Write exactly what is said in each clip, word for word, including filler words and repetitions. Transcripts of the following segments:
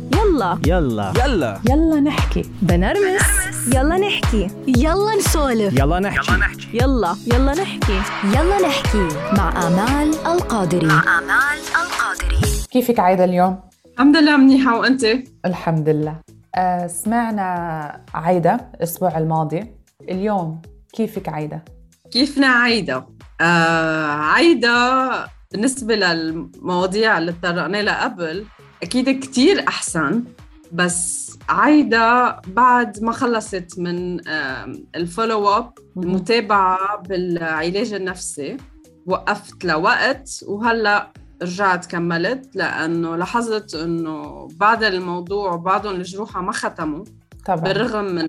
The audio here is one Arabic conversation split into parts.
يلا يلا يلا يلا نحكي بنرمس يلا نحكي يلا نسولف يلا نحكي يلا يلا نحكي يلا نحكي مع آمال القادري مع آمال القادري. كيفك عايدة اليوم؟ الحمد لله منيحة، وأنت؟ الحمد لله. آه سمعنا عايدة الأسبوع الماضي، اليوم كيفك عايدة؟ كيفنا عايدة؟ آه عايدة بالنسبة للمواضيع اللي تطرقنا لها قبل أكيد كتير أحسن، بس عايدة بعد ما خلصت من آه الفولو اب المتابعة بالعلاج النفسي وقفت لوقت، وهلأ رجعت كملت لأنه لاحظت أنه بعد الموضوع وبعضهم الجروحة ما ختموا طبعا بالرغم من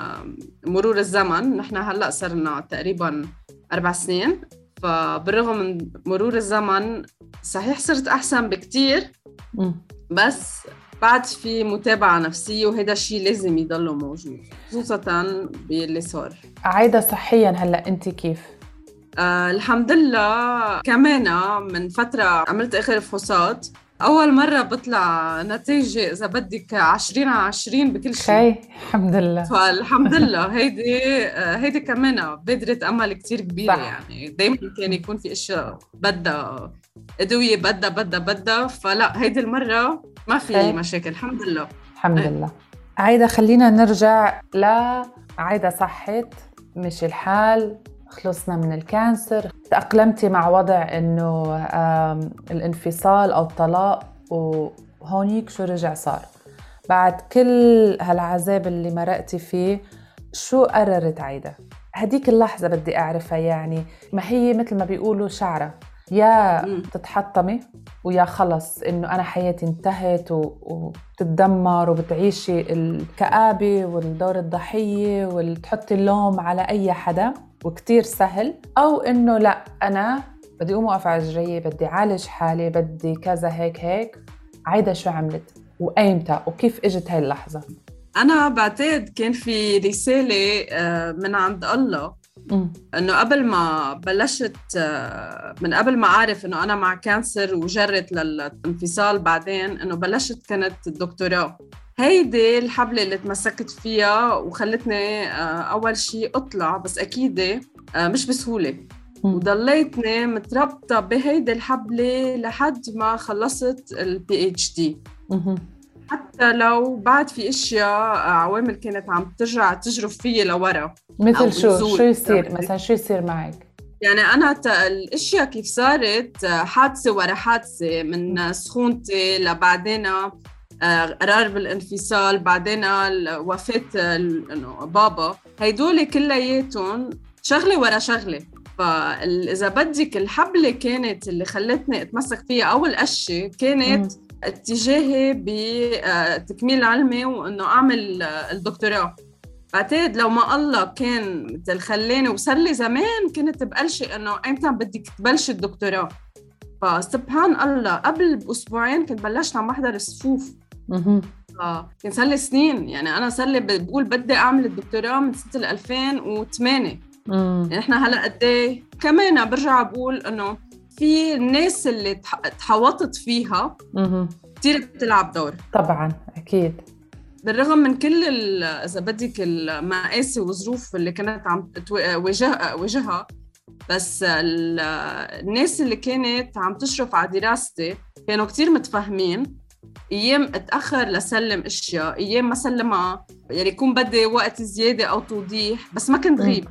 مرور الزمن. نحن هلأ صرنا تقريباً أربع سنين، فبالرغم من مرور الزمن صحيح صرت أحسن بكتير، م. بس بعد في متابعة نفسية، وهذا الشيء لازم يضله موجود خصوصاً باللي صار. عايدة صحياً هلأ أنت كيف؟ آه الحمد لله. كمان من فترة عملت آخر فحوصات، أول مرة بطلع نتيجة إذا بدك عشرين على عشرين بكل شيء. خي الحمد لله. فالحمد لله هيدي هيدي كمان بادرة أمل كتير كبيرة. صح. يعني دايما كان يكون في أشياء بدها أدوية بدها بدها بدها فلا هيدي المرة ما في خي. مشاكل الحمد لله. الحمد أي. لله. عايدة خلينا نرجع لعايدة صحت، مش الحال، خلصنا من الكانسر، تأقلمتي مع وضع إنه الانفصال أو الطلاق، وهونيك شو رجع صار بعد كل هالعذاب اللي مرقتي فيه؟ شو قررت عايدة هديك اللحظة؟ بدي أعرفها. يعني ما هي مثل ما بيقولوا شعرة، يا تتحطمي ويا خلص إنه أنا حياتي انتهت وبتتدمر وبتعيشي الكآبة والدور الضحية وتحطي اللوم على أي حدا وكتير سهل، أو إنه لا أنا بدي أقوم وقف على رجلي، بدي عالج حالي، بدي كذا هيك هيك. عايدة شو عملت وأيمتى وكيف إجت هاي اللحظة؟ أنا بعتقد كان في رسالة من عند الله م. إنه قبل ما بلشت، من قبل ما أعرف إنه أنا مع كانسر وجرت للانفصال، بعدين إنه بلشت كانت الدكتوراه. هيدي الحبلة اللي تمسكت فيها وخلتني أول شيء أطلع، بس أكيد مش بسهولة، وضليتني متربطة بهيدي الحبلة لحد ما خلصت البي اتش دي. حتى لو بعد في اشياء عوامل كانت عم ترجع تجرف فيي لورا. مثل شو شو يصير مثلا؟ شو يصير معك؟ يعني انا ت... الاشياء كيف صارت حادثه ورا حادثه، من سخونتي لبعدين قرار بالانفصال، بعدين وفاه انه بابا، هيدول كلياتهم شغله ورا شغله. فاذا بدك الحبله كانت اللي خلتني اتمسك فيها اول قشه كانت م. اتجاهي بتكميل علمي وإنه أعمل الدكتوراه. بعتقد لو ما الله كان مثل خلاني وصار لي زمان كنت بقلشي إنه إمتى بدك تبلش الدكتوراه. فسبحان الله قبل بأسبوعين كنت بلشت عم بحضر الصفوف. كان صار لي سنين، يعني أنا صار لي بقول بدي أعمل الدكتوراه من سنة ألفين وثمانية. يعني إحنا هلأ قديه كمان برجع بقول إنه في الناس اللي تحوطت فيها كتير بتلعب دور. طبعاً أكيد. بالرغم من كل إذا بدك المقاسي والظروف اللي كانت عم تواجهها وجهها، بس الناس اللي كانت عم تشرف على دراستي كانوا كتير متفاهمين. أيام اتأخر لسلم أشياء، أيام ما سلمها، يعني يكون بدي وقت زيادة أو توضيح بس ما كنت غيب،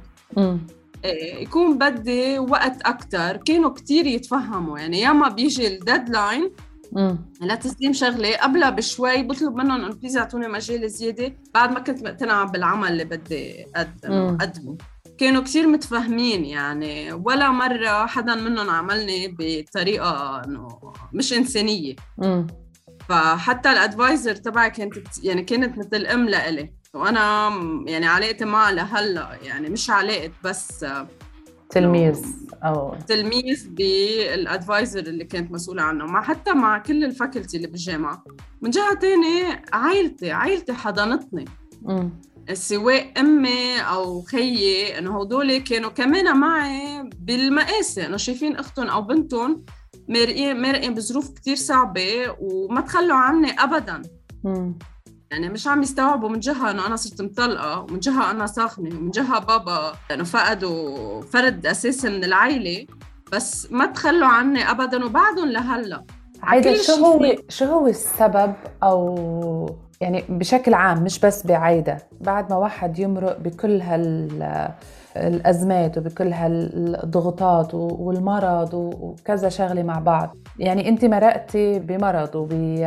يكون بدي وقت أكتر، كانوا كتير يتفهموا. يعني ياما بيجي الديدلاين لا تسليم شغلة قبلها بشوي بطلب منهم أن بليز يعطوني مجال زيادة بعد ما كنت مقتنعة بالعمل اللي بدي أقدمه. كانوا كتير متفاهمين، يعني ولا مرة حدا منهم عملني بطريقة إنه مش إنسانية. م. فحتى الأدفايزر تبعي كانت يعني كانت مثل أم لإلي، وأنا يعني علاقتي معها لهلا يعني مش علاقة بس تلميذ أو تلميذ بالأدفايزر اللي كانت مسؤولة عنه، مع حتى مع كل الفاكولتي اللي بالجامعة. من جهة تانية عائلتي عائلتي حضنتني، م. سواء أمي أو خيي، إنه هدول كانوا كمان معي بالمقاسة، إنه شايفين أختهم أو بنتهم مرقين مرقين بظروف كتير صعبة وما تخلوا عني أبداً. مم. يعني مش عم يستوعبوا من جهة إنه أنا صرت مطلقة، ومن جهة أنا ساخنة، ومن جهة بابا إنه فقدوا فرد أساسي من العائلة، بس ما تخلوا عني أبداً وبعدهم لهلا. عايدة كل شو شي هو فيه. شو هو السبب، أو يعني بشكل عام مش بس بعايدة، بعد ما واحد يمرق بكل هال الأزمات وبكل هالضغوطات والمرض وكذا شغلة مع بعض، يعني أنت مرقتي بمرض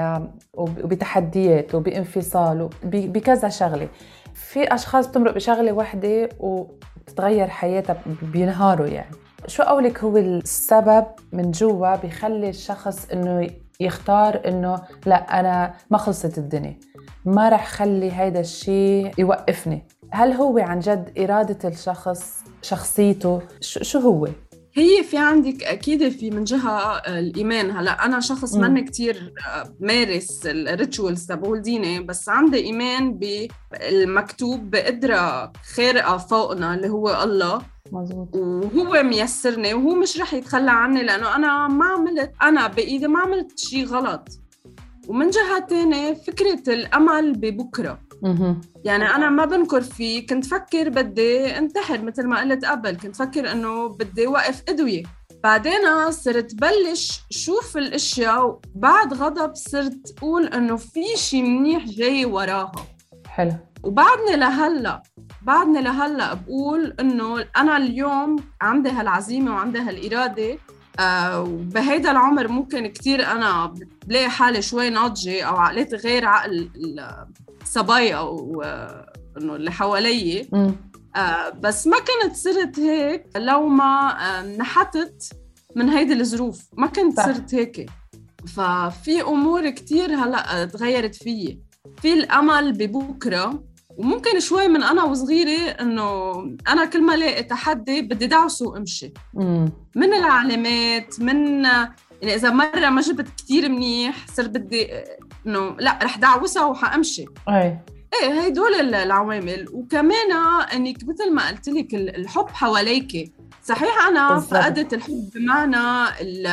وبتحديات وبانفصال وبكذا شغلة. في أشخاص بتمرق بشغلة واحدة وبتتغير حياتها بينهاروا. يعني شو قولك هو السبب من جوا بيخلي الشخص إنه يختار إنه لا، أنا ما خلصت الدنيا، ما رح خلي هيدا الشيء يوقفني؟ هل هو عن جد إرادة الشخص، شخصيته، شو هو؟ هي في عندك أكيد في من جهة الإيمان. هلأ أنا شخص مني كتير مارس الريتشولز تبعول الديني، بس عندي إيمان بالمكتوب بقدرة خارقة فوقنا اللي هو الله. مزبوط. وهو ميسرني، وهو مش رح يتخلى عني، لأنه أنا ما عملت أنا بإيدي ما عملت شيء غلط. ومن جهة تانية فكرة الأمل ببكرة. يعني أنا ما بنكر فيه، كنت فكر بدي انتحر مثل ما قلت قبل، كنت فكر إنه بدي وقف أدوية، بعدين صرت بلش شوف الأشياء بعد غضب، صرت أقول إنه في شيء منيح جاي وراها. حلو. وبعدني لهلأ بعدني لهلأ بقول إنه أنا اليوم عندي هالعزيمة وعندي هالإرادة. آه بهيدا العمر ممكن كتير أنا بلاقي حالي شوي ناضجة أو عقلاتي غير عقل الصبايا أو آه إنه اللي حوالي. آه بس ما كنت صرت هيك لو ما آه نحتت من هيدا الظروف، ما كنت صرت هيك. ففي أمور كتير هلأ تغيرت فيي، في الأمل ببكرة. وممكن شوي من أنا وصغيرة إنه أنا كل ما لاقي تحدي بدي دعسه وأمشي. مم. من العلامات، من يعني إذا مرة ما جبت كتير منيح صرت بدي إنه لا رح دعوسها وحأمشي. أي إيه هاي دول العوامل. وكمان إنك مثل ما قلت لك الحب حواليك. صحيح أنا بالزبط. فقدت الحب بمعنى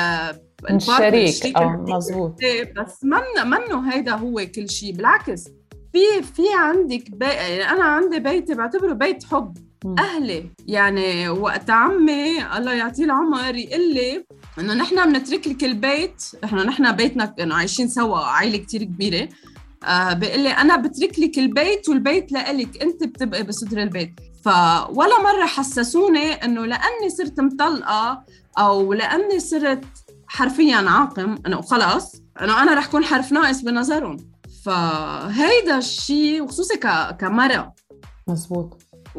الشريك. أو مزبوط. بس من منه هيدا هو كل شيء، بالعكس. في في عندك بي... يعني أنا عندي بيتي بعتبره بيت حب. م. أهلي يعني وقت عمي الله يعطيه العمر يقول لي إنه نحن بنترك لك البيت، إحنا نحن بيتنا إنه عايشين سوا عائلة كتير كبيرة. آه بيقول لي أنا بترك لك البيت والبيت لإلك، أنت بتبقي بصدر البيت. فولا مرة حسسوني إنه لأني صرت مطلقة أو لأني صرت حرفياً عاقم إنه خلاص إنه أنا رح كون حرف ناقص بنظرهم. فهيدا الشيء وخصوصي كمرة. مزبوط.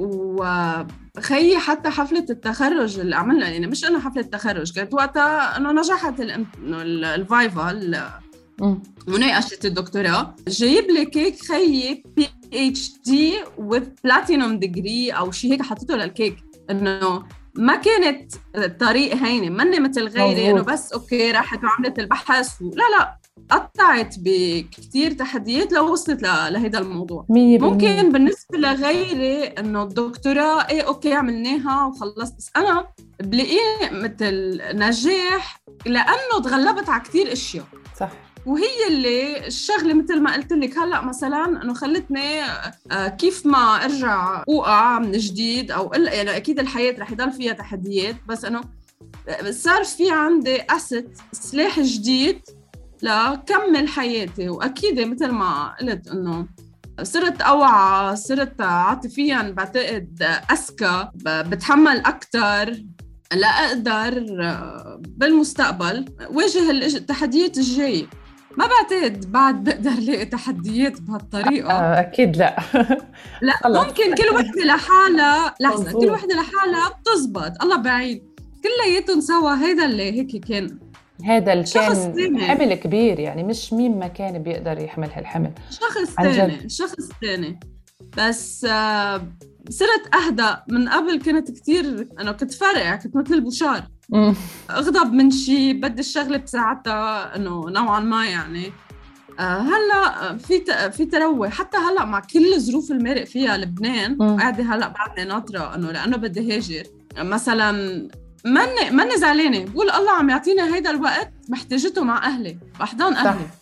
وخي حتى حفلة التخرج اللي عملنا، يعني مش أنه حفلة التخرج كانت وقتها أنه نجحت الفايفا مناقشة الدكتوراه، جايب لي كيك خيي بي اتش دي with platinum degree أو شيء هيك حطيته للكيك. إنه ما كانت الطريق هينة، مني مثل غيري إنه بس أوكي راحت وعملت البحث و... لا لا قطعت بكتير تحديات لو وصلت لهذا الموضوع. ممكن بالنسبة لغيري إنه الدكتوراه إيه أوكي عملناها وخلصت، بس أنا بلاقيه مثل نجاح لأنه تغلبت على كتير أشياء. صح. وهي اللي الشغلة مثل ما قلت لك هلأ مثلاً إنه خلتني كيف ما أرجع أوقع من جديد أو إلا، يعني أكيد الحياة رح يضل فيها تحديات، بس إنه صار في عندي أسد سلاح جديد لكمل حياتي. وأكيد مثل ما قلت إنه صرت أوعى، صرت عاطفياً بعتقد أذكى، بتحمل أكتر لأقدر بالمستقبل واجه التحديات الجاية. ما بعتقد بعد بقدر لاقي تحديات بهالطريقة. آه أكيد لا. لا ممكن كل وحدة لحالها لحظة كل وحدة لحالها بتزبط، الله بعيد كلياتهم سوا. هيدا اللي هيك كان هذا اللي كان حمل كبير، يعني مش مين ما كان بيقدر يحمل هالحمل. شخص تاني شخص تاني بس آه صرت أهدأ. من قبل كنت كتير أنا كنت فارقة، كنت مثل البشار أغضب من شي بدي الشغلة بساعتها إنه نوعا ما يعني. آه هلأ في في تروي حتى هلأ مع كل الظروف المارق فيها لبنان. قاعدة هلأ بعدني ناطرة إنه لأنه بدي هاجر مثلا، مني مني زعلانة، بقول الله عم يعطيني هيدا الوقت محتاجته مع أهلي بأحضان أهلي.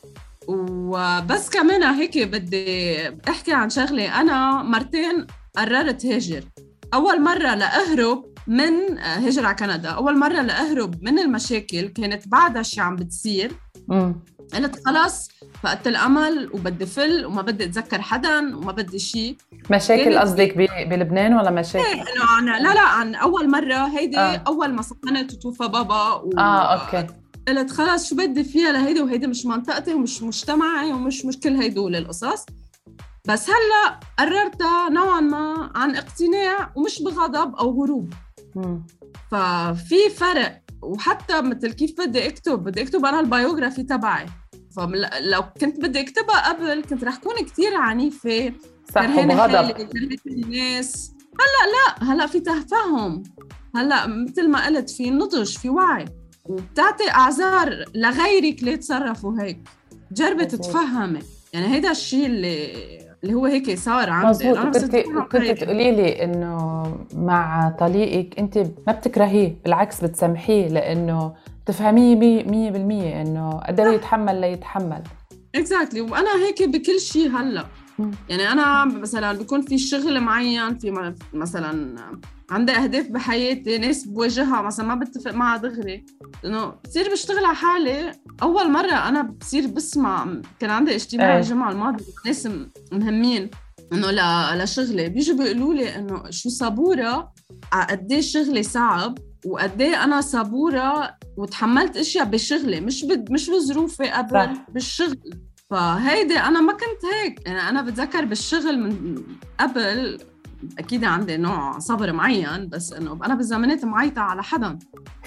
وبس كمان هيك بدي احكي عن شغله. انا مرتين قررت هاجر. اول مره لاهرب من هاجر على كندا، اول مره لاهرب من المشاكل كانت بعدها شي عم بتصير. امم قلت خلاص فقدت الامل وبدي فل وما بدي اتذكر حدا وما بدي شيء. مشاكل قصدك بلبنان ولا مشاكل؟ ايه انه عن لا لا عن اول مره هيدي آه. اول ما سكنت وتوفى بابا و... اه اوكي. قلت خلاص شو بدي فيها لهيدي، وهيدي مش منطقتي ومش مجتمعي ومش مش كل هيدول القصص. بس هلا قررتها نوعا ما عن اقتناع ومش بغضب او هروب. مم. ففي فرق. وحتى مثل كيف بدي اكتب بدي اكتب انا البايوغرافي تبعي، فلو كنت بدي اكتبها قبل كنت رح كون كتير عنيفة صح وبغضب كرهت الناس. هلا لا، هلا في تفهم، هلا مثل ما قلت في نضج، في وعي، وبتعطي اعذار لغيرك ليه تصرفوا هيك. جربي تتفهمي. يعني هيدا الشيء اللي اللي هو هيك صار عندي. مزبوط. كنت كنت تقولي لي انه مع طليقك انت ما بتكرهيه، بالعكس بتسامحيه لانه تفهميه مية بالمية انه قدر يتحمل ليتحمل. اكزاكتلي. وانا هيك بكل شيء هلا. يعني انا مثلا بيكون في شغل معين، في مثلا عندي اهداف بحياتي، ناس بواجهها مثلا ما بتفق معها دغري، انه بصير بشتغل على حالي. اول مره انا بصير بسمع، كان عندي اجتماع الجمعه الماضيه ناس مهمين انه لشغلي، بيجوا بيقولوا لي انه شو صبوره قد ايه شغلي صعب وقد ايه انا صبوره وتحملت اشياء بشغلي مش ب... مش بظروفي قبل بالشغل. فهيدي انا ما كنت هيك. يعني انا بتذكر بالشغل من قبل اكيد عندي نوع صبر معين، بس انه انا بالزمانات معيطه على حدا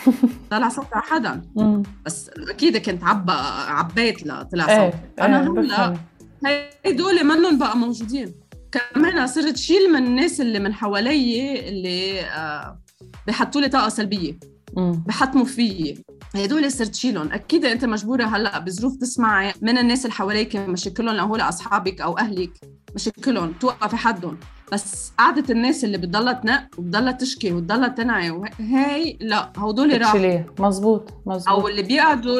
طلع صوت على حدا، بس اكيد كنت عبى عبيت لا طلع صوت. انا هلا هيدول منهم بقى موجودين. كمان صرت شيل من الناس اللي من حوالي اللي آه بحطوا لي طاقه سلبيه، بحطموا فيي، هدول صرت شيلهم. اكيد انت مجبوره هلا بظروف تسمعي من الناس اللي حواليك مشاكلهم، لو هول اصحابك او اهلك مشاكلهم توقفي حدهم. بس قعدة الناس اللي بتضلها تنق وبتضلها تشكي وبتضلها تنعي وهي لا، هدول راحوا. مزبوط مزبوط. او اللي بيقعدوا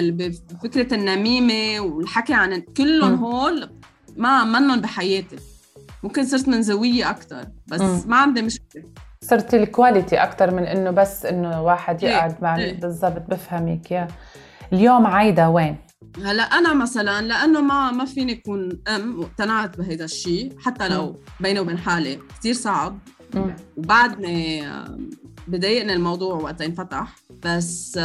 بفكره النميمه والحكي عن كلهم هول ما منهم بحياتي. ممكن صرت منزويه اكثر، بس م. ما عندي مشكله. صرت الكواليتي أكتر من إنه بس إنه واحد يقعد مع بالضبط. بفهمك. يا اليوم عايدة وين؟ هلا أنا مثلاً لأنه ما ما فيني أكون أم واقتنعت بهذا الشيء، حتى لو بيني وبين حالي كتير صعب م. وبعدني بضايقني الموضوع وقت ينفتح. بس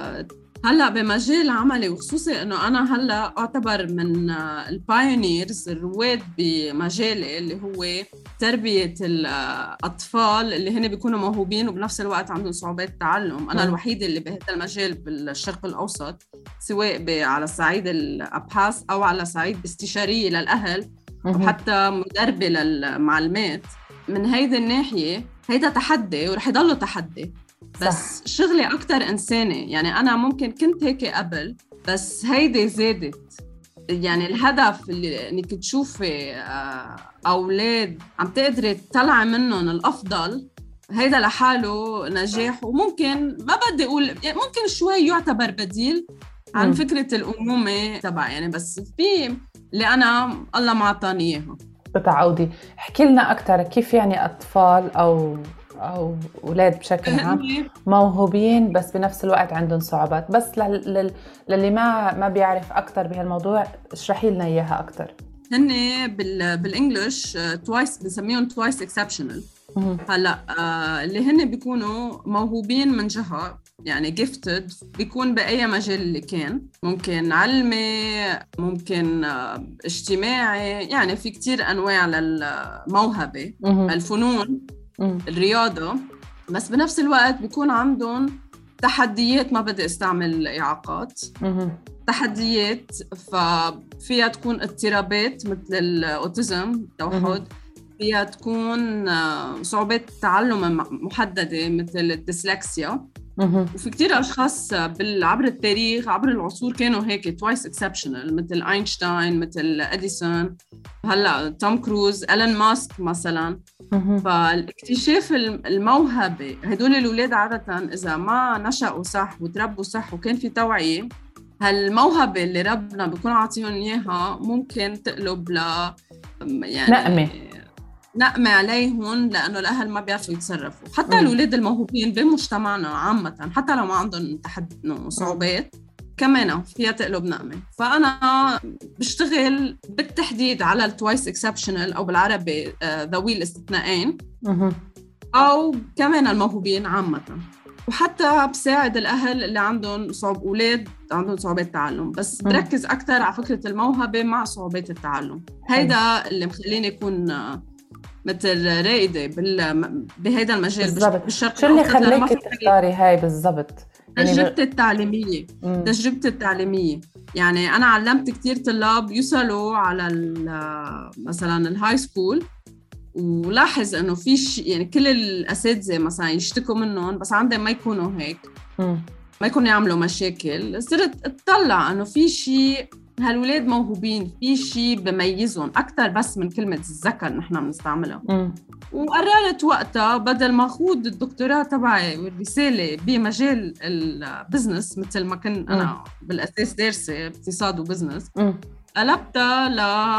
هلا بمجال عملي، وخصوصي انه انا هلا اعتبر من البايونيرز الرواد بمجالي اللي هو تربيه الاطفال اللي هن بيكونوا موهوبين وبنفس الوقت عندهم صعوبات تعلم. انا الوحيده اللي بهذا المجال بالشرق الاوسط، سواء على صعيد الابحاث او على صعيد استشاريه للاهل وحتى مدربه للمعلمات. من هيدي الناحيه هيدا تحدي ورح يضله تحدي، بس صح. شغلي أكتر إنساني. يعني أنا ممكن كنت هيك قبل، بس هيدي زادت. يعني الهدف اللي إنك تشوفي أولاد عم تقدري تطلعي منهم الأفضل، هيدا لحاله نجاح. وممكن ما بدي أقول يعني ممكن شوي يعتبر بديل عن م. فكرة الأمومة تبع يعني، بس في اللي أنا الله ما عطاني إياها. بتعودي احكي لنا أكتر كيف يعني أطفال أو أو أولاد بشكل عام موهوبين بس بنفس الوقت عندهم صعوبات. بس لل... للي ما ما بيعرف أكتر بهالموضوع اشرحي لنا إياها أكتر. هن بال... بالإنجليش twice بنسميهم twice exceptional. هلا آه اللي هن بيكونوا موهوبين من جهة يعني gifted، بيكون بأي مجال اللي كان، ممكن علمي، ممكن آه اجتماعي، يعني في كتير أنواع للموهبة. الفنون، الرياضة، بس بنفس الوقت بيكون عندهم تحديات. ما بدي استعمل إعاقات، تحديات ففيها تكون اضطرابات مثل الأوتيزم توحد، فيها تكون صعوبات تعلم محددة مثل الديسلكسيا. وفي كتير أشخاص عبر التاريخ عبر العصور كانوا هيك twice exceptional، مثل أينشتاين، مثل أديسون، هلأ توم كروز، ألين ماسك مثلاً. فالاكتشاف الموهبة، هدول الأولاد عادة إذا ما نشأوا صح وتربوا صح وكان في توعية، هالموهبة اللي ربنا بيكون عاطيهم إياها ممكن تقلب ل يعني نقمة نقمة عليهم، لأنه الأهل ما بيعرفوا يتصرفوا. حتى الأولاد الموهوبين بمجتمعنا عامة، حتى لو ما عندهم تحدي وصعوبات، كمان فيها تقلب نقمة. فأنا بشتغل بالتحديد على التوايس اكسبشنال، أو بالعربي ذوي الاستثنائين، أو كمان الموهوبين عامة. وحتى بساعد الأهل اللي عندهم صعوب، أولاد عندهم صعوبات تعلم، بس بركز أكتر على فكرة الموهبة مع صعوبات التعلم. هيدا اللي مخليني يكون مثل رائدة بهذا المجال بالشرق. شو اللي خليك تختاري هاي بالضبط؟ تجربتي التعليمية تجربتي التعليمية يعني أنا علمت كتير طلاب يوصلوا على مثلا الهاي سكول، ولاحظ إنه في شيء يعني كل الأساتذة مثلا يشتكوا منهم، بس عندهم ما يكونوا هيك، م. ما يكونوا يعملوا مشاكل. صرت أتطلع إنه في شيء هالولاد موهوبين، في شيء بميزهم أكتر بس من كلمة الذكر نحن بنستعملها. م. وقررت وقتها بدل ما أخوض الدكتوراه تبعي والرسالة بمجال البزنس مثل ما كنت أنا بالأساس دارسة اقتصاد وبزنس، م. قلبتها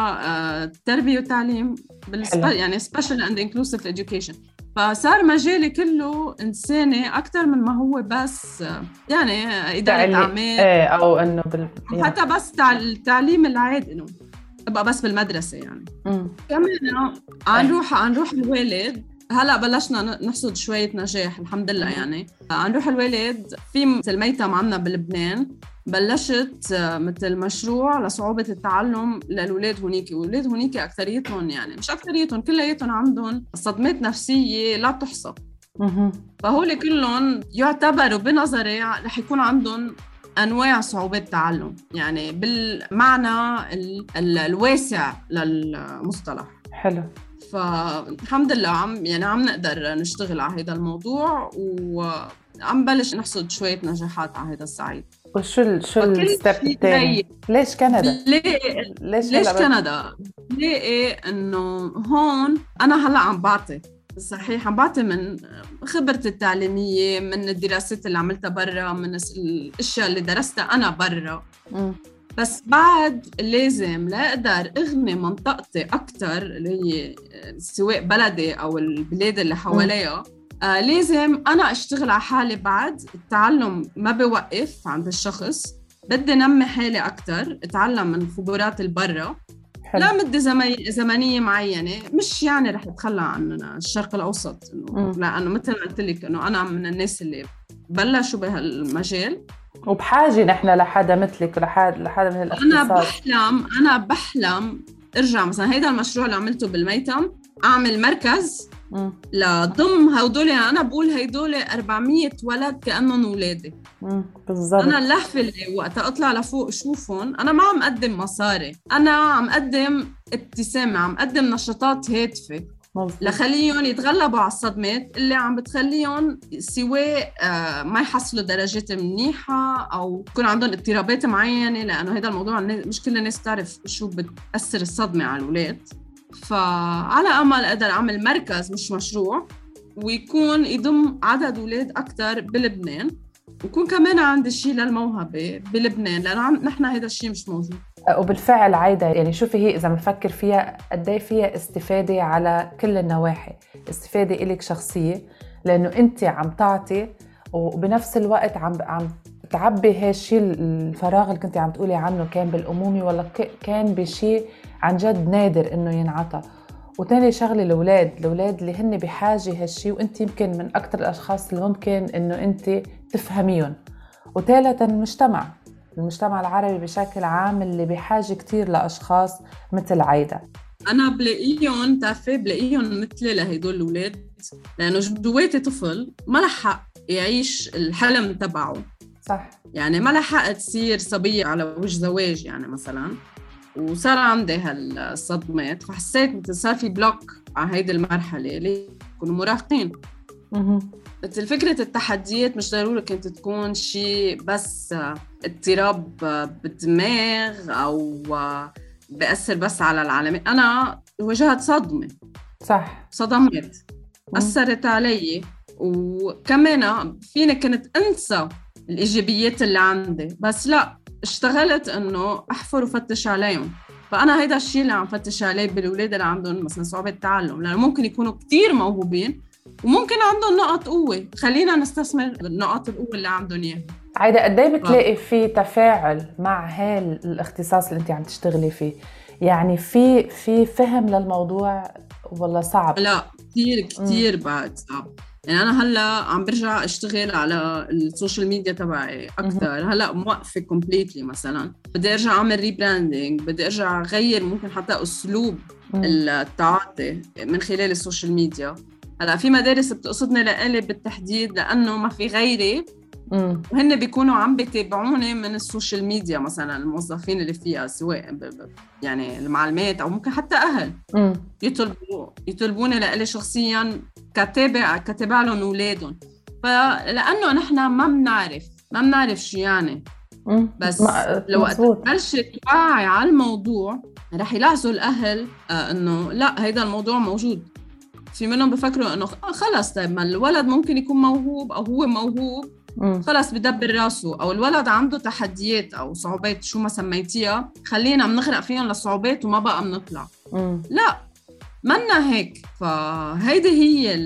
لتربية وتعليم بالسب... يعني special and inclusive education. فصار مجالي كله إنساني أكتر من ما هو بس يعني إدارة أعمال ايه أو إنه بال... حتى بس تع... التعليم العادي، إنه تبقى بس بالمدرسة يعني. م. كمان عن روح عن روح الوالد. هلأ بلشنا نحصد شوية نجاح الحمد لله. يعني عن روح الوالد في مثل ميتم عنا بلبنان، بلشت مثل مشروع لصعوبة التعلم للولاد هونيك. والولاد هونيك أكثريتهم يعني مش أكثريتهم كلياتهم عندهم صدمات نفسية لا تحصى. فهول كلهم يعتبروا بنظري رح يكون عندهم أنواع صعوبات تعلم، يعني بالمعنى ال ال الواسع للمصطلح. حلو. فالحمد لله عم يعني عم نقدر نشتغل على هذا الموضوع، وعم بلش نحصد شوية نجاحات على هذا الصعيد. وشو ال شو الستيب الثاني؟ ليش كندا؟ ليش ليش كندا؟ ليه إنه هون أنا هلا عم بعطي صحيح، عم بعطي من خبرتي التعليمية، من الدراسات اللي عملتها برا، من الأشياء اللي درستها أنا برا. م. بس بعد لازم لا أقدر أغني منطقتي أكتر اللي هي سواء بلدي أو البلاد اللي حواليها. آه لازم أنا أشتغل على حالي. بعد التعلم ما بوقف عند الشخص، بدي نمي حالي أكتر، أتعلم من خبرات البرة لا مدة زمي... زمنية معينة. مش يعني رح أتخلى عن الشرق الأوسط، إنه لأنه مثل ما قلت لك إنه أنا من الناس اللي بلشوا بهالمجال، وبحاجة نحن لحدا مثلك ولحدا لحدا من الاختصاص. أنا بحلم أنا بحلم أرجع مثلا هيدا المشروع اللي عملته بالميتم، أعمل مركز م. لضم هودول. أنا بقول هيدول أربعمية ولد كأنهم ولادي بالضبط. أنا اللهفة اللي وقتها أطلع لفوق أشوفهم، أنا ما عم أقدم مصاري، أنا عم أقدم ابتسامة، عم أقدم نشاطات هادفة لخليهم يتغلبوا على الصدمات اللي عم بتخليهم سواء ما يحصلوا درجات منيحة أو يكون عندهم اضطرابات معينة، لأنه هذا الموضوع مش كل الناس تعرف شو بتأثر الصدمة على الأولاد. فعلى أمل أقدر أعمل مركز مش مشروع، ويكون يضم عدد أولاد أكتر بلبنان، ويكون كمان عندي شيء للموهبة بلبنان، لأنه نحن هذا الشيء مش موجود. وبالفعل عايدة يعني شوفي هي إذا بنفكر فيها قدي فيها استفادة على كل النواحي. استفادة إلك شخصية لأنه أنت عم تعطي، وبنفس الوقت عم عم تعبي هالشيء الفراغ اللي كنت عم تقولي عنه، كان بالأمومة ولا كان بشيء عن جد نادر إنه ينعطى. وتاني شغلة الأولاد الأولاد اللي هن بحاجة هالشيء، وأنت يمكن من أكتر الأشخاص اللي ممكن إنه أنت تفهميهم. وثالثاً المجتمع المجتمع العربي بشكل عام اللي بحاجة كتير لأشخاص مثل عايدة. أنا بلاقيهم تعرفي بلاقيهم مثلي لهيدول الأولاد، لأنه جواتي طفل ما لحق يعيش الحلم تبعه. صح. يعني ما لحق تصير صبية على وجه زواج يعني مثلاً، وصار عندي هالصدمات، فحسيت مثل صار في بلوك على هيدي المرحلة اللي يكونوا مراهقين. مثل فكرة التحديات مش ضروري كانت تكون شيء بس اضطراب بالدماغ أو بأثر بس على العالم. أنا واجهت صدمة. صح. صدمت أثرت علي، وكمان فيني كنت أنسى الإيجابيات اللي عندي، بس لا اشتغلت انه احفر وفتش عليهم. فانا هيدا الشيء اللي عم فتش عليه بالاولاد اللي عندهم مثلا صعوبه تعلم، لانه ممكن يكونوا كتير موهوبين وممكن عندهم نقط قوه، خلينا نستثمر نقاط القوه اللي عندهم اياها. عايدة قد ايه بتلاقي في تفاعل مع هاي الاختصاص اللي انت عم تشتغلي فيه؟ يعني في في فهم للموضوع ولا صعب؟ لا كتير كتير بعد صعب. يعني أنا هلأ عم برجع أشتغل على السوشيال ميديا تبعي أكتر. هلأ موقفة كومبليتلي، مثلا بدي أرجع أعمل ريبراندينج، بدي أرجع أغير ممكن حتى أسلوب التعاطي من خلال السوشيال ميديا. هلأ في مدارس بتقصدني لإلي بالتحديد لأنه ما في غيري، مم. وهن بيكونوا عم بيتابعوني من السوشيال ميديا، مثلا الموظفين اللي فيها سواء ب... ب... يعني المعلمات أو ممكن حتى أهل مم. يطلبوا يطلبوني لإلي شخصياً كتابع كتابع لهم أولادهم. فلأنه نحن ما بنعرف ما بنعرف شو يعني مم. بس لو بلشت توعي على الموضوع رح يلاحظوا الأهل آه إنه لا هيدا الموضوع موجود. في منهم بفكروا إنه خلص طيب ما الولد ممكن يكون موهوب أو هو موهوب خلص بدبر راسه، أو الولد عنده تحديات أو صعوبات شو ما سميتيها خلينا بنغرق فيهم للصعوبات وما بقى بنطلع. مم. لا منا هيك. فهيدي هي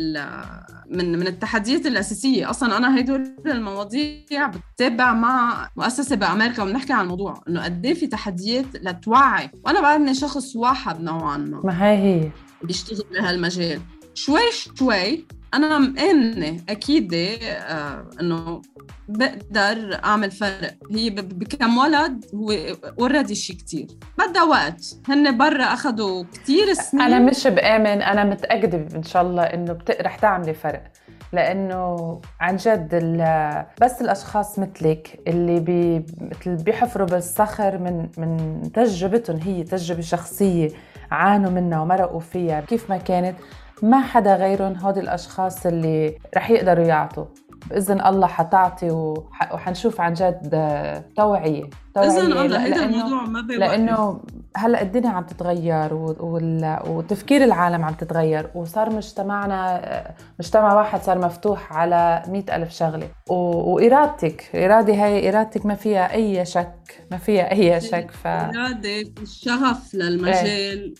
من من التحديات الأساسية. أصلاً أنا هيدول المواضيع بتتابع مع مؤسسة بأمريكا وبنحكي عن الموضوع إنه قد إيه في تحديات لتوعي، وأنا بعدني شخص واحد نوعاً ما ما هي هي بيشتغل بهالمجال شوي شوي. أنا مآمنة أكيد آه إنه بقدر أعمل فرق. هي بكم ولد هو أوريدي شيء كتير بدأ وقت. هن برا أخذوا كتير سنين. أنا مش بآمن، أنا متأكدة إن شاء الله إنه بت... رح تعملي فرق، لأنه عن جد بس الأشخاص مثلك اللي بي... مثل بيحفروا بالصخر من من تجربتهم، هي تجربة شخصية عانوا منها ومرقوا فيها كيف ما كانت، ما حدا غيرهم هودي الأشخاص اللي رح يقدروا يعطوا. بإذن الله حتعطي وح... وحنشوف عن جد توعية توعية بإذن الله. هيدا الموضوع ما بيوقف، لأنه هلأ الدنيا عم تتغير و... وال... وتفكير العالم عم تتغير، وصار مجتمعنا مجتمع واحد صار مفتوح على مئة ألف شغلة. و... وإرادتك إرادة هاي إرادتك ما فيها أي شك، ما فيها أي شك. ف... إرادة الشغف للمجال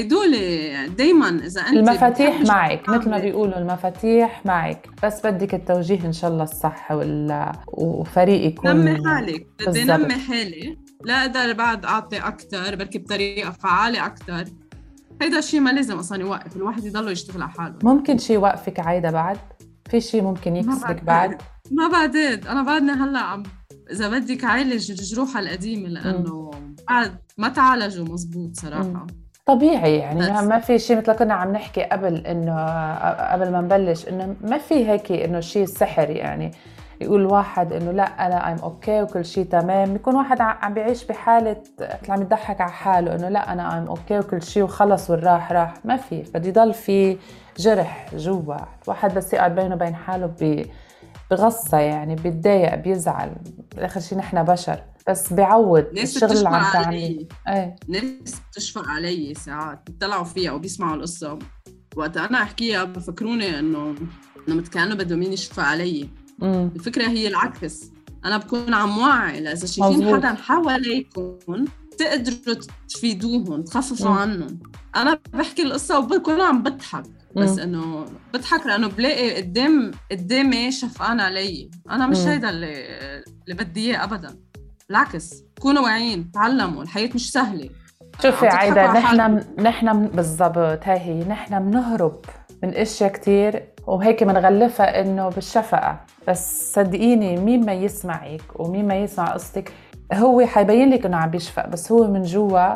هيدولي دايما. إذا أنت المفاتيح معك مثل ما بيقولوا، المفاتيح معك، بس بدك التوجيه إن شاء الله الصح وال... وفريق يكون نمي حالك. بدي نمي حالي لا أقدر بعد أعطي أكتر بركي بطريقة فعالة أكتر. هيدا الشيء ما لازم أصلاً يوقف، الواحد يضله يشتغل على حاله. ممكن شيء يوقفك عايدة بعد؟ في شيء ممكن يكسرك بعد؟ ما بعدين. أنا بعدني هلأ عم إذا بدك عالج الجروح القديمة، لأنه م. بعد ما تعالجوا مزبوط صراحة. م. طبيعي يعني بس. ما في شيء مثل كنا عم نحكي قبل إنه قبل ما نبلش إنه ما في هيك إنه شيء سحر. يعني يقول واحد إنه لا أنا أيم أوكي وكل شيء تمام، يكون واحد عم بيعيش بحالة عم يضحك على حاله إنه لا أنا أيم أوكي وكل شيء وخلص والراح راح. ما في، بدي ضل في جرح جوا. واحد بس يقعد بينه وبين حاله بغصة، يعني بيتضايق بيزعل. بالآخر شيء نحن بشر، بس بيعود الشغل اللي عم تعمليه. ايه ناس بتشفق علي ساعات بيطلعوا فيها وبيسمعوا القصة، وقت أنا أحكيها بفكروني إنه إنه متكانوا بدهم مين يشفق علي. مم. الفكرة هي العكس. أنا بكون عم وعي لإذا شايفين حدا حواليكم تقدروا تفيدوهم تخففوا مم. عنهم. أنا بحكي القصة وبكون عم بضحك، بس إنه بضحك لأنه بلاقي قدام قدامي شفقان علي. أنا مش هيدا اللي اللي بدي إياه أبداً. بالعكس كونوا واعيين، تعلموا، الحياة مش سهلة. شوفي عايدة، نحن نحن بالضبط هاي هي نحن بنهرب من اشياء كتير وهيك منغلفها انه بالشفقة. بس صدقيني مين ما يسمعك ومين ما يسمع قصتك هو حيبين لك انه عم بيشفق، بس هو من جوا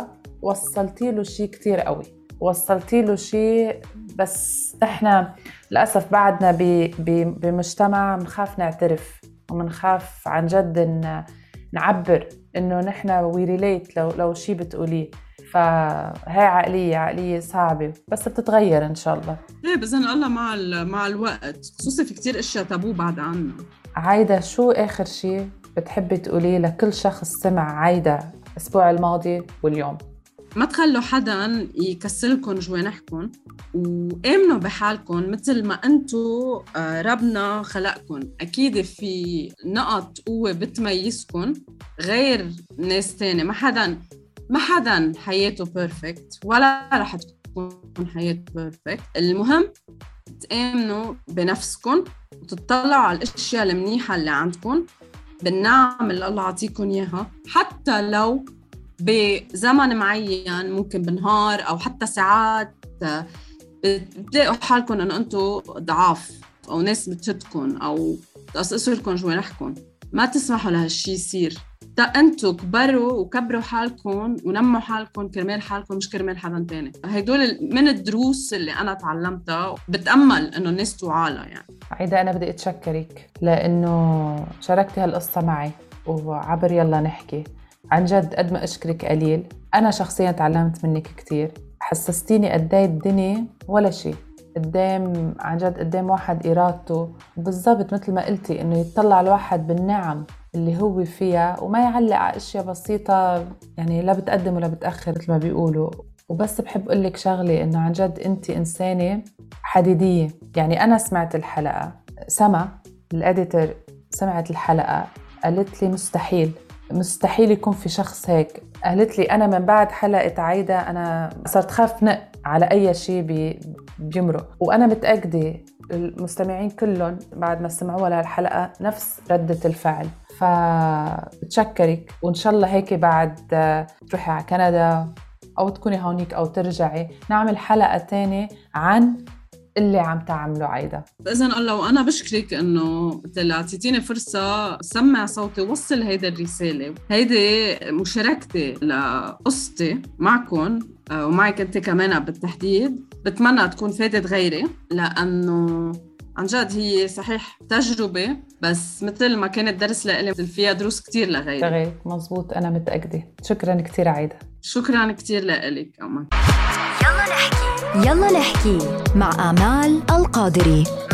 وصلتي له شيء كتير قوي، وصلتي له شيء. بس احنا للاسف بعدنا بمجتمع منخاف نعترف ومنخاف عن جد إن نعبر انه نحن وي ريليت لو لو شيء بتقوليه. فهي عقليه عقليه صعبه، بس بتتغير ان شاء الله. ايه باذن الله مع مع الوقت، خصوصي في كتير اشياء تابو بعد عنا. عايده شو اخر شيء بتحبي تقوليه لكل شخص سمع عايده الاسبوع الماضي واليوم؟ ما تخلوا حدا يكسلكن جوانحكن، وآمنوا بحالكن مثل ما أنتو ربنا خلقكن. أكيد في نقط قوة بتميزكن غير ناس تاني. ما حدا ما حدا حياته بيرفكت ولا رح تكون حياته بيرفكت. المهم تآمنوا بنفسكن وتطلعوا على الاشياء المنيحة اللي عندكن، بالنعم اللي الله عطيكن اياها، حتى لو بزمن معين، ممكن بنهار او حتى ساعات بتلاقوا حالكم انه انتم ضعاف او ناس بتشدكن او تقصقصوا لكم جوانحكن. ما تسمحوا لهالشي يصير. تا انتوا كبروا وكبروا حالكم ونموا حالكم كرمال حالكم، مش كرمال حدا تاني. هيدول من الدروس اللي انا تعلمتها، بتأمل انه الناس توعالها. يعني عايدة، انا بدي اتشكرك لانه شاركتي هالقصة معي وعبر يلا نحكي. عن جد قد ما اشكرك قليل. انا شخصيا تعلمت منك كتير، حسستيني قداي الدنيا ولا شيء قدام، عن جد قدام واحد إرادته بالضبط مثل ما قلتي، إنه يتطلع الواحد بالنعم اللي هو فيها وما يعلق على أشياء بسيطة يعني لا بتقدم ولا بتأخر مثل ما بيقولوا. وبس بحب أقولك شغلي، إنه عن جد أنت إنسانة حديدية. يعني أنا سمعت الحلقة، سما الأديتر سمعت الحلقة، قالت لي مستحيل مستحيل يكون في شخص هيك. قالت لي أنا من بعد حلقة عايدة أنا صرت خاف نق على أي شيء بي بيمرق. وأنا متأكدة المستمعين كلهم بعد ما سمعوا لهالحلقة نفس ردة الفعل. فبتشكرك، وإن شاء الله هيك بعد تروحي على كندا أو تكوني هونيك أو ترجعي نعمل حلقة تانية عن اللي عم تعمله عايدة. بإذن الله. وأنا بشكرك إنه مثل عطيتيني فرصة سمع صوتي ووصل هيدا الرسالة. هيدي مشاركتي لقصتي معكم ومعك أنت كمان بالتحديد. بتمنى تكون فادت غيري، لأنه عن جد هي صحيح تجربة، بس مثل ما كانت درس لإلي فيها دروس كتير لغيري. لغيرك مزبوط، أنا متأكدة. شكرا كتير عايدة. شكرا كتير لإلك كمان. يلا نحكي يلا نحكي مع آمال القادري.